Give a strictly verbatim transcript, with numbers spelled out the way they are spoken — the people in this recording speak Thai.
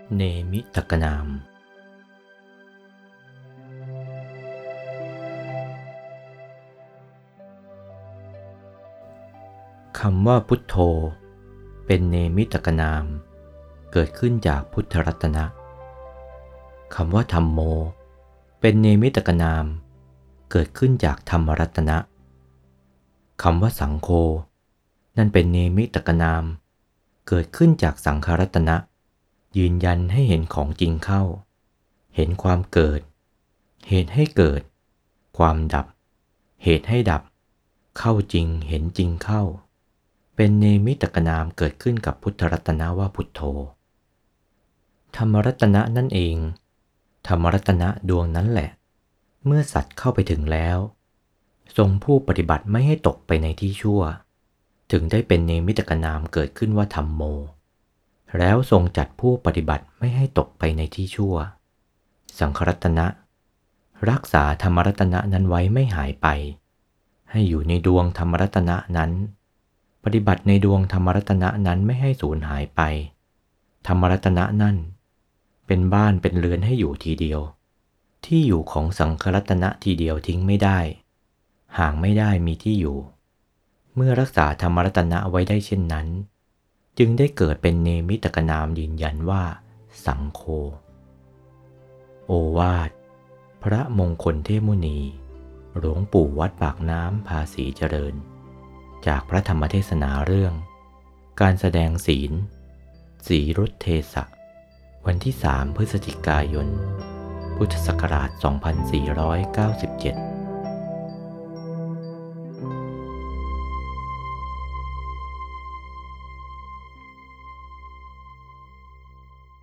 เนมิตกนามคำว่าพุทโธเป็นเนมิตกนามเกิดขึ้นจากพุทธรัตนะคำว่าธัมโมเป็นเนมิตกนามเกิดขึ้นจากธรรมรัตนะคำว่าสังโฆนั่นเป็นเนมิตกนามเกิดขึ้นจากสังขรัตนะยืนยันให้เห็นของจริงเข้าเห็นความเกิดเหตุให้เกิดความดับเหตุให้ดับเข้าจริงเห็นจริงเข้าเป็นเนมิตกนามเกิดขึ้นกับพุทธรัตนะว่าพุทโธธรรมรัตนะนั่นเองธรรมรัตนะดวงนั้นแหละเมื่อสัตว์เข้าไปถึงแล้วทรงผู้ปฏิบัติไม่ให้ตกไปในที่ชั่วถึงได้เป็นเนมิตกนามเกิดขึ้นว่าธัมโมแล้วทรงจัดผู้ปฏิบัติไม่ให้ตกไปในที่ชั่วสังขรัตนะรักษาธรรมรัตนะนั้นไว้ไม่หายไปให้อยู่ในดวงธรรมรัตนะนั้นปฏิบัติในดวงธรรมรัตนะนั้นไม่ให้สูญหายไปธรรมรัตนะนั่นเป็นบ้านเป็นเรือนให้อยู่ทีเดียวที่อยู่ของสังขรัตนะทีเดียวทิ้งไม่ได้ห่างไม่ได้มีที่อยู่เมื่อรักษาธรรมรัตนะไว้ได้เช่นนั้นจึงได้เกิดเป็นเนมิตกนามยืนยันว่าสังโฆโอวาทพระมงคลเทพมุนีหลวงปู่วัดปากน้ำภาษีเจริญจากพระธรรมเทศนาเรื่องการแสดงศีลสีรุทเทศะวันที่สามพฤศจิกายนพุทธศักราชสองพันสี่ร้อยเก้าสิบเจ็ด